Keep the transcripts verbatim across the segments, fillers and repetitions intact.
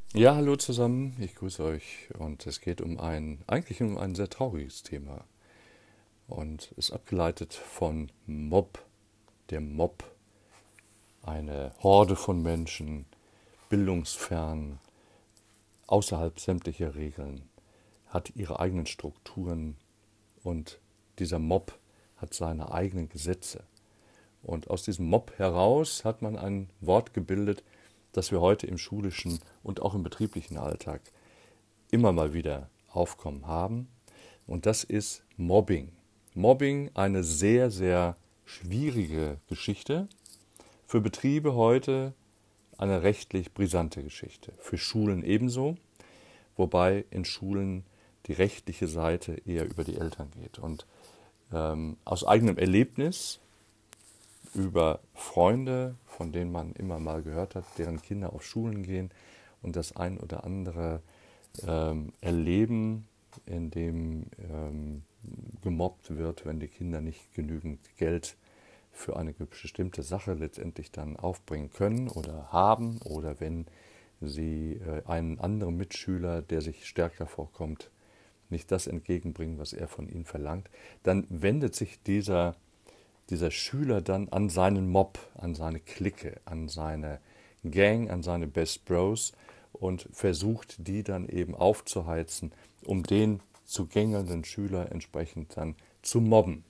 Ja, hallo zusammen, ich grüße euch und es geht um ein, eigentlich um ein sehr trauriges Thema und ist abgeleitet von Mob, der Mob, eine Horde von Menschen, bildungsfern, außerhalb sämtlicher Regeln, hat ihre eigenen Strukturen und dieser Mob hat seine eigenen Gesetze. Und aus diesem Mob heraus hat man ein Wort gebildet, das wir heute im schulischen und auch im betrieblichen Alltag immer mal wieder aufkommen haben. Und das ist Mobbing. Mobbing, eine sehr, sehr schwierige Geschichte. Für Betriebe heute eine rechtlich brisante Geschichte. Für Schulen ebenso, wobei in Schulen die rechtliche Seite eher über die Eltern geht. Und ähm, aus eigenem Erlebnis über Freunde, von denen man immer mal gehört hat, deren Kinder auf Schulen gehen und das ein oder andere ähm, erleben, in dem ähm, gemobbt wird, wenn die Kinder nicht genügend Geld für eine bestimmte Sache letztendlich dann aufbringen können oder haben, oder wenn sie äh, einen anderen Mitschüler, der sich stärker vorkommt, nicht das entgegenbringen, was er von ihnen verlangt, dann wendet sich dieser, dieser Schüler dann an seinen Mob, an seine Clique, an seine Gang, an seine Best Bros und versucht, die dann eben aufzuheizen, um den zu gängelnden Schüler entsprechend dann zu mobben.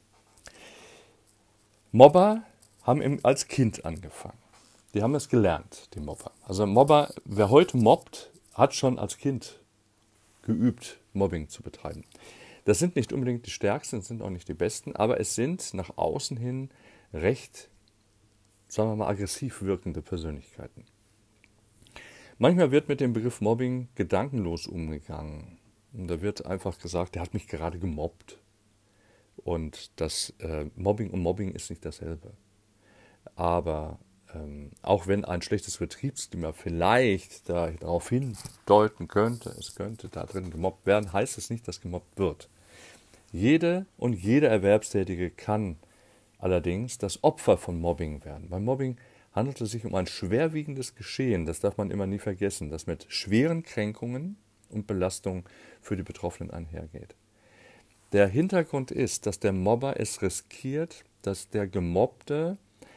Mobber haben im, als Kind angefangen. Die haben es gelernt, die Mobber. Also Mobber, wer heute mobbt, hat schon als Kind geübt, Mobbing zu betreiben. Das sind nicht unbedingt die Stärksten, das sind auch nicht die Besten, aber es sind nach außen hin recht, sagen wir mal, aggressiv wirkende Persönlichkeiten. Manchmal wird mit dem Begriff Mobbing gedankenlos umgegangen. Und da wird einfach gesagt, der hat mich gerade gemobbt. Und das äh, Mobbing und Mobbing ist nicht dasselbe. Aber ähm, auch wenn ein schlechtes Betriebsklima vielleicht da, darauf hindeuten könnte, es könnte da drin gemobbt werden, heißt es nicht, dass gemobbt wird. Jede und jeder Erwerbstätige kann allerdings das Opfer von Mobbing werden. Beim Mobbing handelt es sich um ein schwerwiegendes Geschehen, das darf man immer nie vergessen, das mit schweren Kränkungen und Belastungen für die Betroffenen einhergeht. Der Hintergrund ist, dass der Mobber es riskiert, dass der Gemobbte,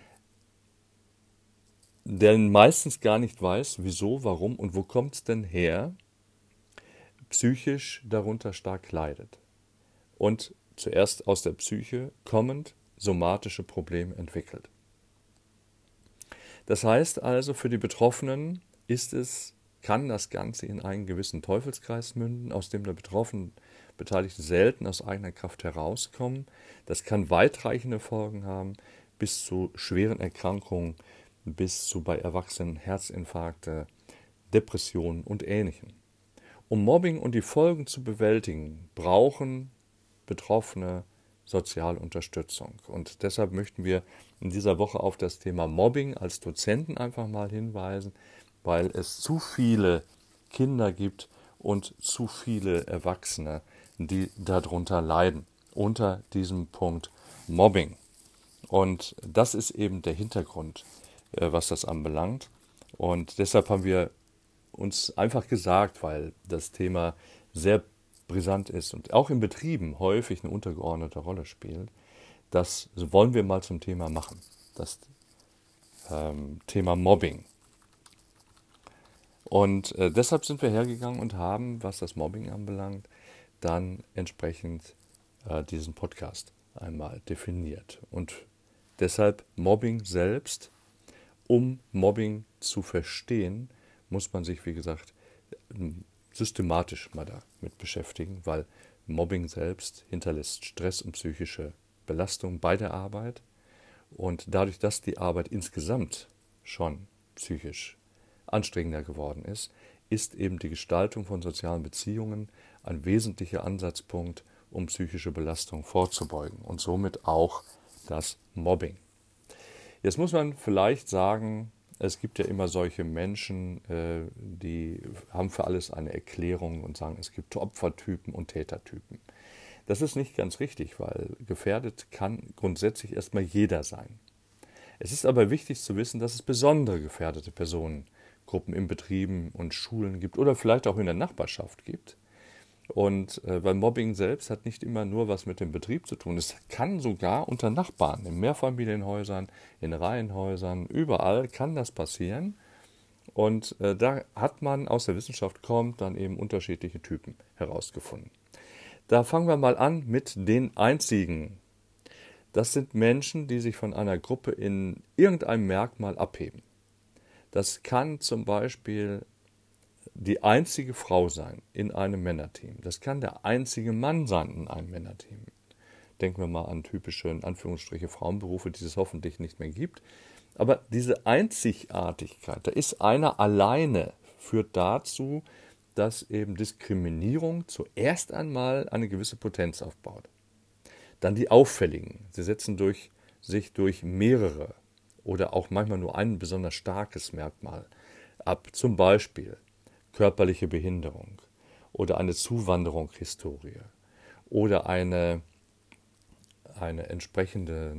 der meistens gar nicht weiß, wieso, warum und wo kommt es denn her, psychisch darunter stark leidet. Und zuerst aus der Psyche kommend somatische Probleme entwickelt. Das heißt also, für die Betroffenen ist es, kann das Ganze in einen gewissen Teufelskreis münden, aus dem der Betroffene Beteiligte selten aus eigener Kraft herauskommen. Das kann weitreichende Folgen haben, bis zu schweren Erkrankungen, bis zu bei Erwachsenen Herzinfarkte, Depressionen und Ähnlichem. Um Mobbing und die Folgen zu bewältigen, brauchen Betroffene soziale Unterstützung. Und deshalb möchten wir in dieser Woche auf das Thema Mobbing als Dozenten einfach mal hinweisen, weil es zu viele Kinder gibt und zu viele Erwachsene, die darunter leiden, unter diesem Punkt Mobbing. Und das ist eben der Hintergrund, was das anbelangt. Und deshalb haben wir uns einfach gesagt, weil das Thema sehr brisant ist und auch in Betrieben häufig eine untergeordnete Rolle spielt, das wollen wir mal zum Thema machen, das ähm, Thema Mobbing. Und äh, deshalb sind wir hergegangen und haben, was das Mobbing anbelangt, dann entsprechend äh, diesen Podcast einmal definiert. Und deshalb Mobbing selbst, um Mobbing zu verstehen, muss man sich, wie gesagt, systematisch mal damit beschäftigen, weil Mobbing selbst hinterlässt Stress und psychische Belastung bei der Arbeit. Und dadurch, dass die Arbeit insgesamt schon psychisch anstrengender geworden ist, ist eben die Gestaltung von sozialen Beziehungen ein wesentlicher Ansatzpunkt, um psychische Belastung vorzubeugen und somit auch das Mobbing. Jetzt muss man vielleicht sagen, es gibt ja immer solche Menschen, äh, die haben für alles eine Erklärung und sagen, es gibt Opfertypen und Tätertypen. Das ist nicht ganz richtig, weil gefährdet kann grundsätzlich erstmal jeder sein. Es ist aber wichtig zu wissen, dass es besondere gefährdete Personengruppen Gruppen in Betrieben und Schulen gibt oder vielleicht auch in der Nachbarschaft gibt. Und äh, weil Mobbing selbst hat nicht immer nur was mit dem Betrieb zu tun. Es kann sogar unter Nachbarn, in Mehrfamilienhäusern, in Reihenhäusern, überall kann das passieren. Und äh, da hat man aus der Wissenschaft kommt dann eben unterschiedliche Typen herausgefunden. Da fangen wir mal an mit den einzigen. Das sind Menschen, die sich von einer Gruppe in irgendeinem Merkmal abheben. Das kann zum Beispiel die einzige Frau sein in einem Männerteam. Das kann der einzige Mann sein in einem Männerteam. Denken wir mal an typische, in Anführungsstriche, Frauenberufe, die es hoffentlich nicht mehr gibt. Aber diese Einzigartigkeit, da ist einer alleine, führt dazu, dass eben Diskriminierung zuerst einmal eine gewisse Potenz aufbaut. Dann die Auffälligen. Sie setzen durch, sich durch mehrere oder auch manchmal nur ein besonders starkes Merkmal ab. Zum Beispiel körperliche Behinderung oder eine Zuwanderungshistorie oder eine, eine entsprechende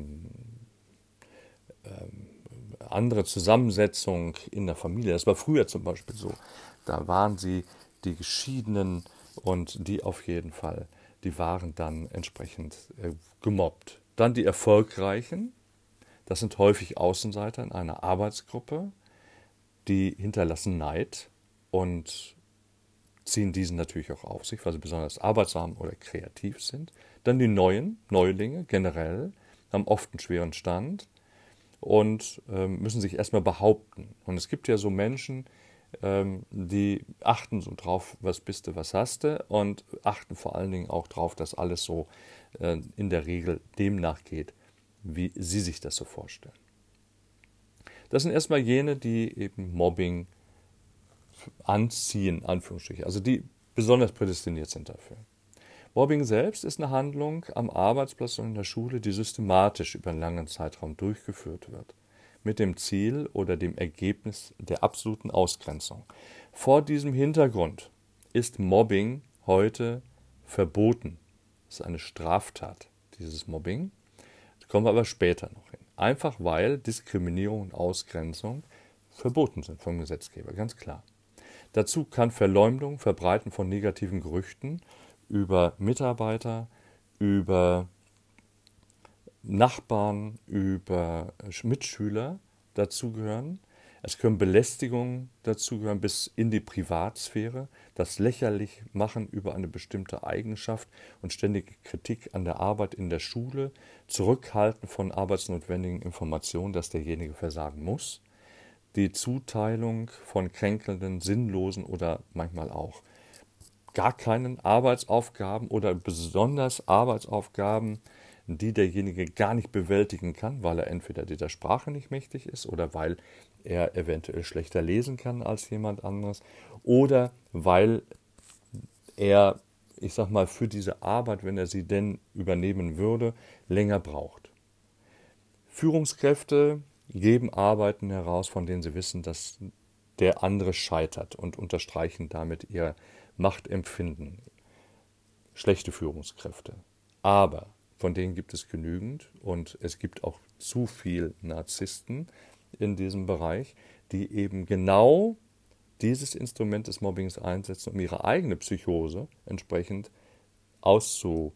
ähm, andere Zusammensetzung in der Familie. Das war früher zum Beispiel so. Da waren sie die Geschiedenen und die auf jeden Fall, die waren dann entsprechend äh, gemobbt. Dann die Erfolgreichen, das sind häufig Außenseiter in einer Arbeitsgruppe, die hinterlassen Neid und ziehen diesen natürlich auch auf sich, weil sie besonders arbeitsam oder kreativ sind. Dann die Neuen, Neulinge generell, haben oft einen schweren Stand und ähm, müssen sich erstmal behaupten. Und es gibt ja so Menschen, ähm, die achten so drauf, was bist du, was hast du, und achten vor allen Dingen auch drauf, dass alles so äh, in der Regel dem nachgeht, wie sie sich das so vorstellen. Das sind erstmal jene, die eben Mobbing anziehen, Anführungsstriche, also die besonders prädestiniert sind dafür. Mobbing selbst ist eine Handlung am Arbeitsplatz und in der Schule, die systematisch über einen langen Zeitraum durchgeführt wird, mit dem Ziel oder dem Ergebnis der absoluten Ausgrenzung. Vor diesem Hintergrund ist Mobbing heute verboten. Das ist eine Straftat, dieses Mobbing. Da kommen wir aber später noch hin. Einfach weil Diskriminierung und Ausgrenzung verboten sind vom Gesetzgeber, ganz klar. Dazu kann Verleumdung, Verbreiten von negativen Gerüchten über Mitarbeiter, über Nachbarn, über Mitschüler dazugehören. Es können Belästigungen dazugehören bis in die Privatsphäre, das lächerlich machen über eine bestimmte Eigenschaft und ständige Kritik an der Arbeit in der Schule, Zurückhalten von arbeitsnotwendigen Informationen, dass derjenige versagen muss, die Zuteilung von kränkelnden, sinnlosen oder manchmal auch gar keinen Arbeitsaufgaben oder besonders Arbeitsaufgaben, die derjenige gar nicht bewältigen kann, weil er entweder dieser Sprache nicht mächtig ist oder weil er eventuell schlechter lesen kann als jemand anderes oder weil er, ich sag mal, für diese Arbeit, wenn er sie denn übernehmen würde, länger braucht. Führungskräfte geben Arbeiten heraus, von denen sie wissen, dass der andere scheitert und unterstreichen damit ihr Machtempfinden. Schlechte Führungskräfte. Aber von denen gibt es genügend und es gibt auch zu viel Narzissten in diesem Bereich, die eben genau dieses Instrument des Mobbings einsetzen, um ihre eigene Psychose entsprechend auszugleichen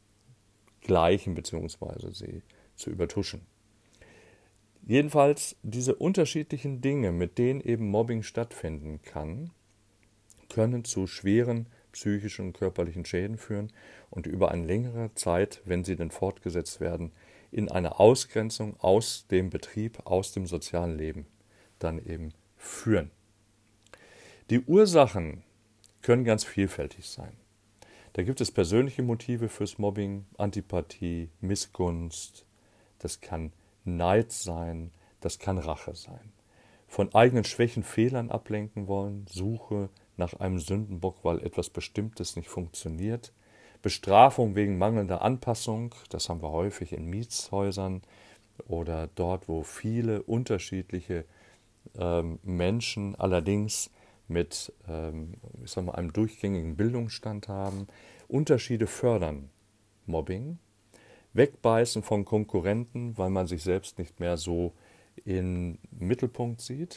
bzw. sie zu übertuschen. Jedenfalls diese unterschiedlichen Dinge, mit denen eben Mobbing stattfinden kann, können zu schweren psychischen und körperlichen Schäden führen und über eine längere Zeit, wenn sie denn fortgesetzt werden, in eine Ausgrenzung aus dem Betrieb, aus dem sozialen Leben dann eben führen. Die Ursachen können ganz vielfältig sein. Da gibt es persönliche Motive fürs Mobbing, Antipathie, Missgunst, das kann Neid sein, das kann Rache sein. Von eigenen Schwächen, Fehlern ablenken wollen, Suche nach einem Sündenbock, weil etwas Bestimmtes nicht funktioniert. Bestrafung wegen mangelnder Anpassung, das haben wir häufig in Mietshäusern oder dort, wo viele unterschiedliche ähm, Menschen allerdings mit ähm, ich sag mal, einem durchgängigen Bildungsstand haben. Unterschiede fördern Mobbing. Wegbeißen von Konkurrenten, weil man sich selbst nicht mehr so im Mittelpunkt sieht.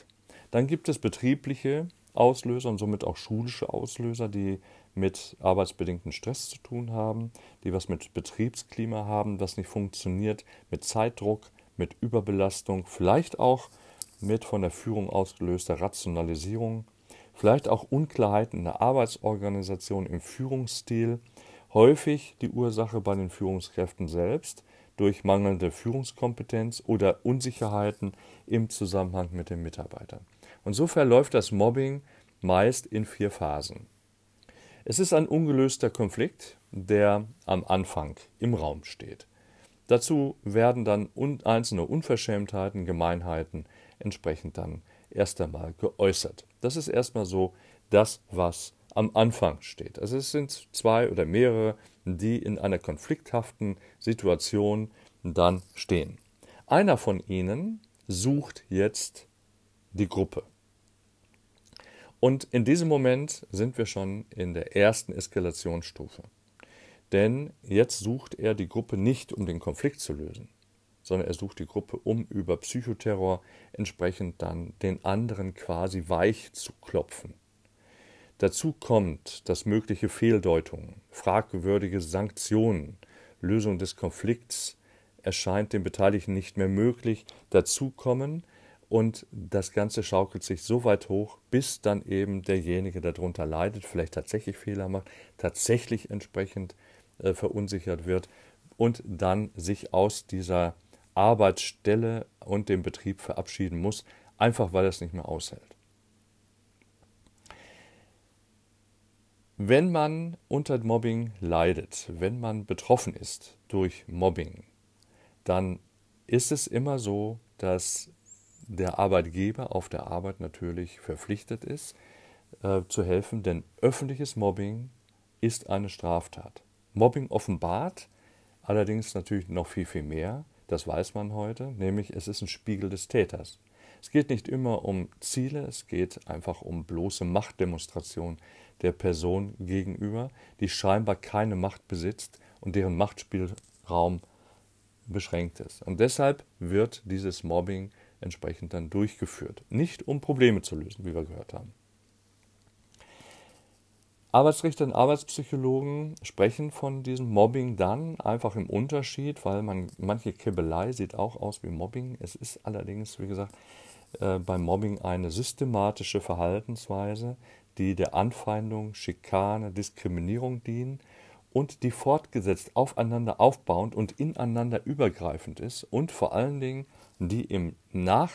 Dann gibt es betriebliche Auslöser und somit auch schulische Auslöser, die mit arbeitsbedingtem Stress zu tun haben, die was mit Betriebsklima haben, das nicht funktioniert, mit Zeitdruck, mit Überbelastung, vielleicht auch mit von der Führung ausgelöster Rationalisierung, vielleicht auch Unklarheiten in der Arbeitsorganisation, im Führungsstil, häufig die Ursache bei den Führungskräften selbst durch mangelnde Führungskompetenz oder Unsicherheiten im Zusammenhang mit den Mitarbeitern. Und so verläuft das Mobbing meist in vier Phasen. Es ist ein ungelöster Konflikt, der am Anfang im Raum steht. Dazu werden dann einzelne Unverschämtheiten, Gemeinheiten entsprechend dann erst einmal geäußert. Das ist erstmal so das, was am Anfang steht. Also es sind zwei oder mehrere, die in einer konflikthaften Situation dann stehen. Einer von ihnen sucht jetzt die Gruppe. Und in diesem Moment sind wir schon in der ersten Eskalationsstufe. Denn jetzt sucht er die Gruppe nicht, um den Konflikt zu lösen, sondern er sucht die Gruppe, um über Psychoterror entsprechend dann den anderen quasi weich zu klopfen. Dazu kommt, dass mögliche Fehldeutungen, fragwürdige Sanktionen, Lösung des Konflikts erscheint den Beteiligten nicht mehr möglich, dazu kommen und das Ganze schaukelt sich so weit hoch, bis dann eben derjenige darunter leidet, vielleicht tatsächlich Fehler macht, tatsächlich entsprechend äh, verunsichert wird und dann sich aus dieser Arbeitsstelle und dem Betrieb verabschieden muss, einfach weil er es nicht mehr aushält. Wenn man unter Mobbing leidet, wenn man betroffen ist durch Mobbing, dann ist es immer so, dass der Arbeitgeber auf der Arbeit natürlich verpflichtet ist, äh, zu helfen, denn öffentliches Mobbing ist eine Straftat. Mobbing offenbart allerdings natürlich noch viel, viel mehr, das weiß man heute, nämlich es ist ein Spiegel des Täters. Es geht nicht immer um Ziele, es geht einfach um bloße Machtdemonstration der Person gegenüber, die scheinbar keine Macht besitzt und deren Machtspielraum beschränkt ist. Und deshalb wird dieses Mobbing entsprechend dann durchgeführt. Nicht um Probleme zu lösen, wie wir gehört haben. Arbeitsrichter und Arbeitspsychologen sprechen von diesem Mobbing dann einfach im Unterschied, weil man manche Kibbelei sieht auch aus wie Mobbing. Es ist allerdings, wie gesagt, äh, beim Mobbing eine systematische Verhaltensweise, die der Anfeindung, Schikane, Diskriminierung dienen und die fortgesetzt aufeinander aufbauend und ineinander übergreifend ist und vor allen Dingen die im Nach,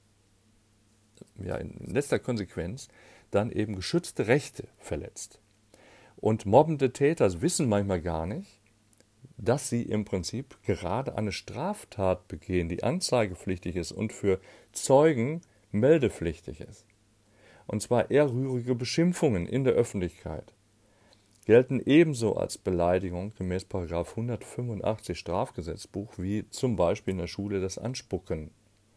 ja, in letzter Konsequenz dann eben geschützte Rechte verletzt. Und mobbende Täter wissen manchmal gar nicht, dass sie im Prinzip gerade eine Straftat begehen, die anzeigepflichtig ist und für Zeugen meldepflichtig ist. Und zwar ehrrührige Beschimpfungen in der Öffentlichkeit gelten ebenso als Beleidigung gemäß Paragraph hundertfünfundachtzig Strafgesetzbuch wie zum Beispiel in der Schule das Anspucken.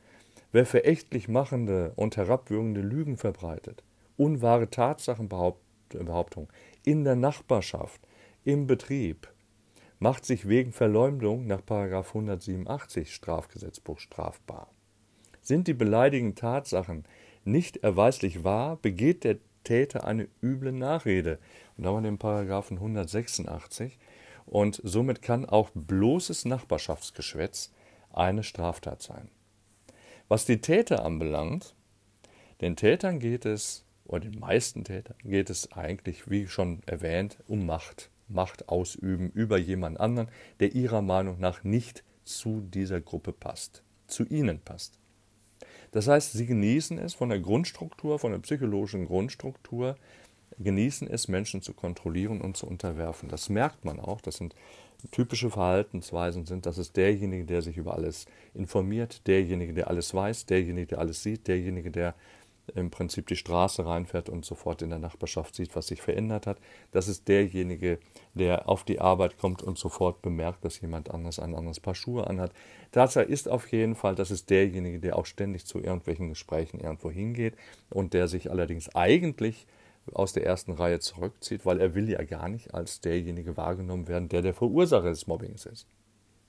Wer verächtlich machende und herabwürgende Lügen verbreitet, unwahre Tatsachenbehauptungen in der Nachbarschaft, im Betrieb, macht sich wegen Verleumdung nach Paragraph hundertsiebenundachtzig Strafgesetzbuch strafbar. Sind die beleidigenden Tatsachen nicht erweislich wahr, begeht der Täter eine üble Nachrede. Und da haben wir den Paragraphen hundertsechsundachtzig. Und somit kann auch bloßes Nachbarschaftsgeschwätz eine Straftat sein. Was die Täter anbelangt, den Tätern geht es, oder den meisten Tätern geht es eigentlich, wie schon erwähnt, um Macht. Macht ausüben über jemand anderen, der ihrer Meinung nach nicht zu dieser Gruppe passt, zu ihnen passt. Das heißt, sie genießen es von der Grundstruktur, von der psychologischen Grundstruktur, genießen es, Menschen zu kontrollieren und zu unterwerfen. Das merkt man auch, das sind typische Verhaltensweisen sind, das ist derjenige, der sich über alles informiert, derjenige, der alles weiß, derjenige, der alles sieht, derjenige, der im Prinzip die Straße reinfährt und sofort in der Nachbarschaft sieht, was sich verändert hat. Das ist derjenige, der auf die Arbeit kommt und sofort bemerkt, dass jemand anderes ein anderes Paar Schuhe anhat. Tatsache ist auf jeden Fall, das ist derjenige, der auch ständig zu irgendwelchen Gesprächen irgendwo hingeht und der sich allerdings eigentlich aus der ersten Reihe zurückzieht, weil er will ja gar nicht als derjenige wahrgenommen werden, der der Verursacher des Mobbings ist.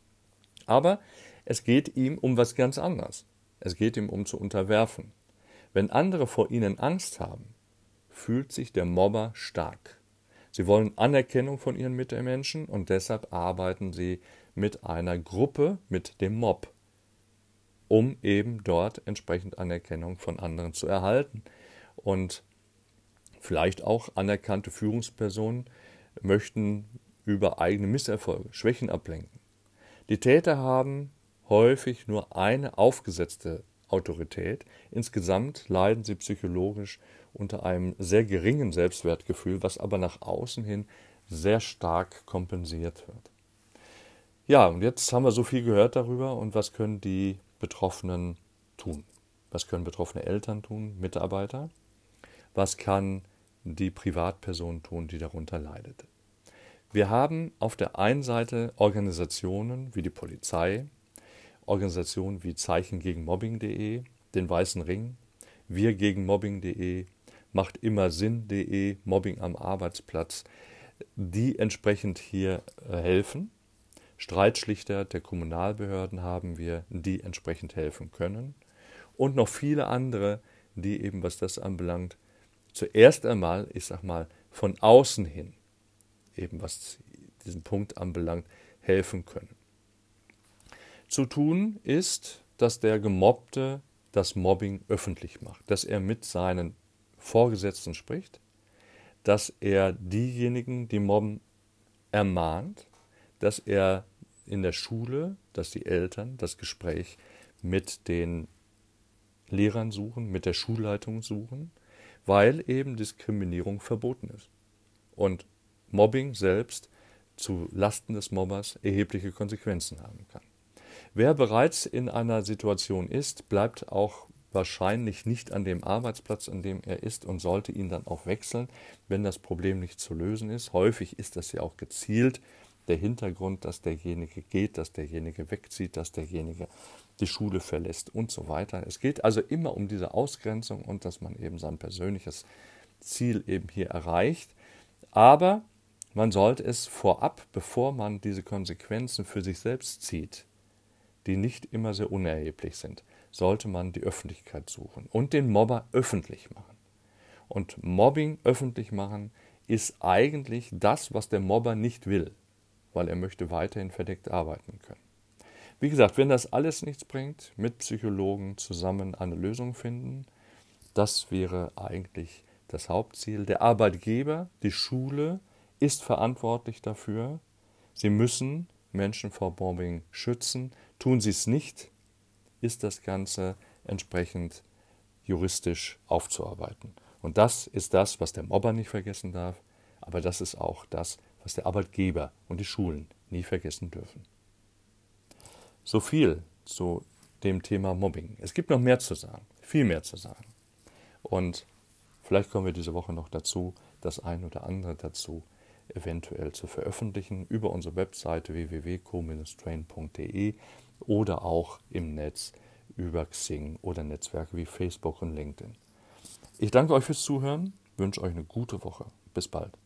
Aber es geht ihm um was ganz anderes. Es geht ihm um zu unterwerfen. Wenn andere vor ihnen Angst haben, fühlt sich der Mobber stark. Sie wollen Anerkennung von ihren Mitmenschen und deshalb arbeiten sie mit einer Gruppe, mit dem Mob, um eben dort entsprechend Anerkennung von anderen zu erhalten. Und vielleicht auch anerkannte Führungspersonen möchten über eigene Misserfolge, Schwächen ablenken. Die Täter haben häufig nur eine aufgesetzte Autorität. Insgesamt leiden sie psychologisch unter einem sehr geringen Selbstwertgefühl, was aber nach außen hin sehr stark kompensiert wird. Ja, und jetzt haben wir so viel gehört darüber und was können die Betroffenen tun? Was können betroffene Eltern tun, Mitarbeiter? Was kann die Privatperson tun, die darunter leidet? Wir haben auf der einen Seite Organisationen wie die Polizei, Organisationen wie Zeichen gegen Mobbing punkt de, den Weißen Ring, wir gegen Mobbing punkt de, macht immer Sinn punkt de, Mobbing am Arbeitsplatz, die entsprechend hier helfen. Streitschlichter der Kommunalbehörden haben wir, die entsprechend helfen können. Und noch viele andere, die eben, was das anbelangt, zuerst einmal, ich sag mal, von außen hin, eben was diesen Punkt anbelangt, helfen können. Zu tun ist, dass der Gemobbte das Mobbing öffentlich macht, dass er mit seinen Vorgesetzten spricht, dass er diejenigen, die mobben, ermahnt, dass er in der Schule, dass die Eltern das Gespräch mit den Lehrern suchen, mit der Schulleitung suchen, weil eben Diskriminierung verboten ist. Und Mobbing selbst zu Lasten des Mobbers erhebliche Konsequenzen haben kann. Wer bereits in einer Situation ist, bleibt auch wahrscheinlich nicht an dem Arbeitsplatz, an dem er ist und sollte ihn dann auch wechseln, wenn das Problem nicht zu lösen ist. Häufig ist das ja auch gezielt der Hintergrund, dass derjenige geht, dass derjenige wegzieht, dass derjenige die Schule verlässt und so weiter. Es geht also immer um diese Ausgrenzung und dass man eben sein persönliches Ziel eben hier erreicht. Aber man sollte es vorab, bevor man diese Konsequenzen für sich selbst zieht, die nicht immer sehr unerheblich sind, sollte man die Öffentlichkeit suchen und den Mobber öffentlich machen. Und Mobbing öffentlich machen ist eigentlich das, was der Mobber nicht will, weil er möchte weiterhin verdeckt arbeiten können. Wie gesagt, wenn das alles nichts bringt, mit Psychologen zusammen eine Lösung finden, das wäre eigentlich das Hauptziel. Der Arbeitgeber, die Schule, ist verantwortlich dafür. Sie müssen Menschen vor Mobbing schützen. Tun sie es nicht, ist das Ganze entsprechend juristisch aufzuarbeiten. Und das ist das, was der Mobber nicht vergessen darf, aber das ist auch das, was der Arbeitgeber und die Schulen nie vergessen dürfen. So viel zu dem Thema Mobbing. Es gibt noch mehr zu sagen, viel mehr zu sagen. Und vielleicht kommen wir diese Woche noch dazu, das ein oder andere dazu eventuell zu veröffentlichen über unsere Webseite w w w punkt co train punkt de oder auch im Netz über Xing oder Netzwerke wie Facebook und LinkedIn. Ich danke euch fürs Zuhören, wünsche euch eine gute Woche. Bis bald.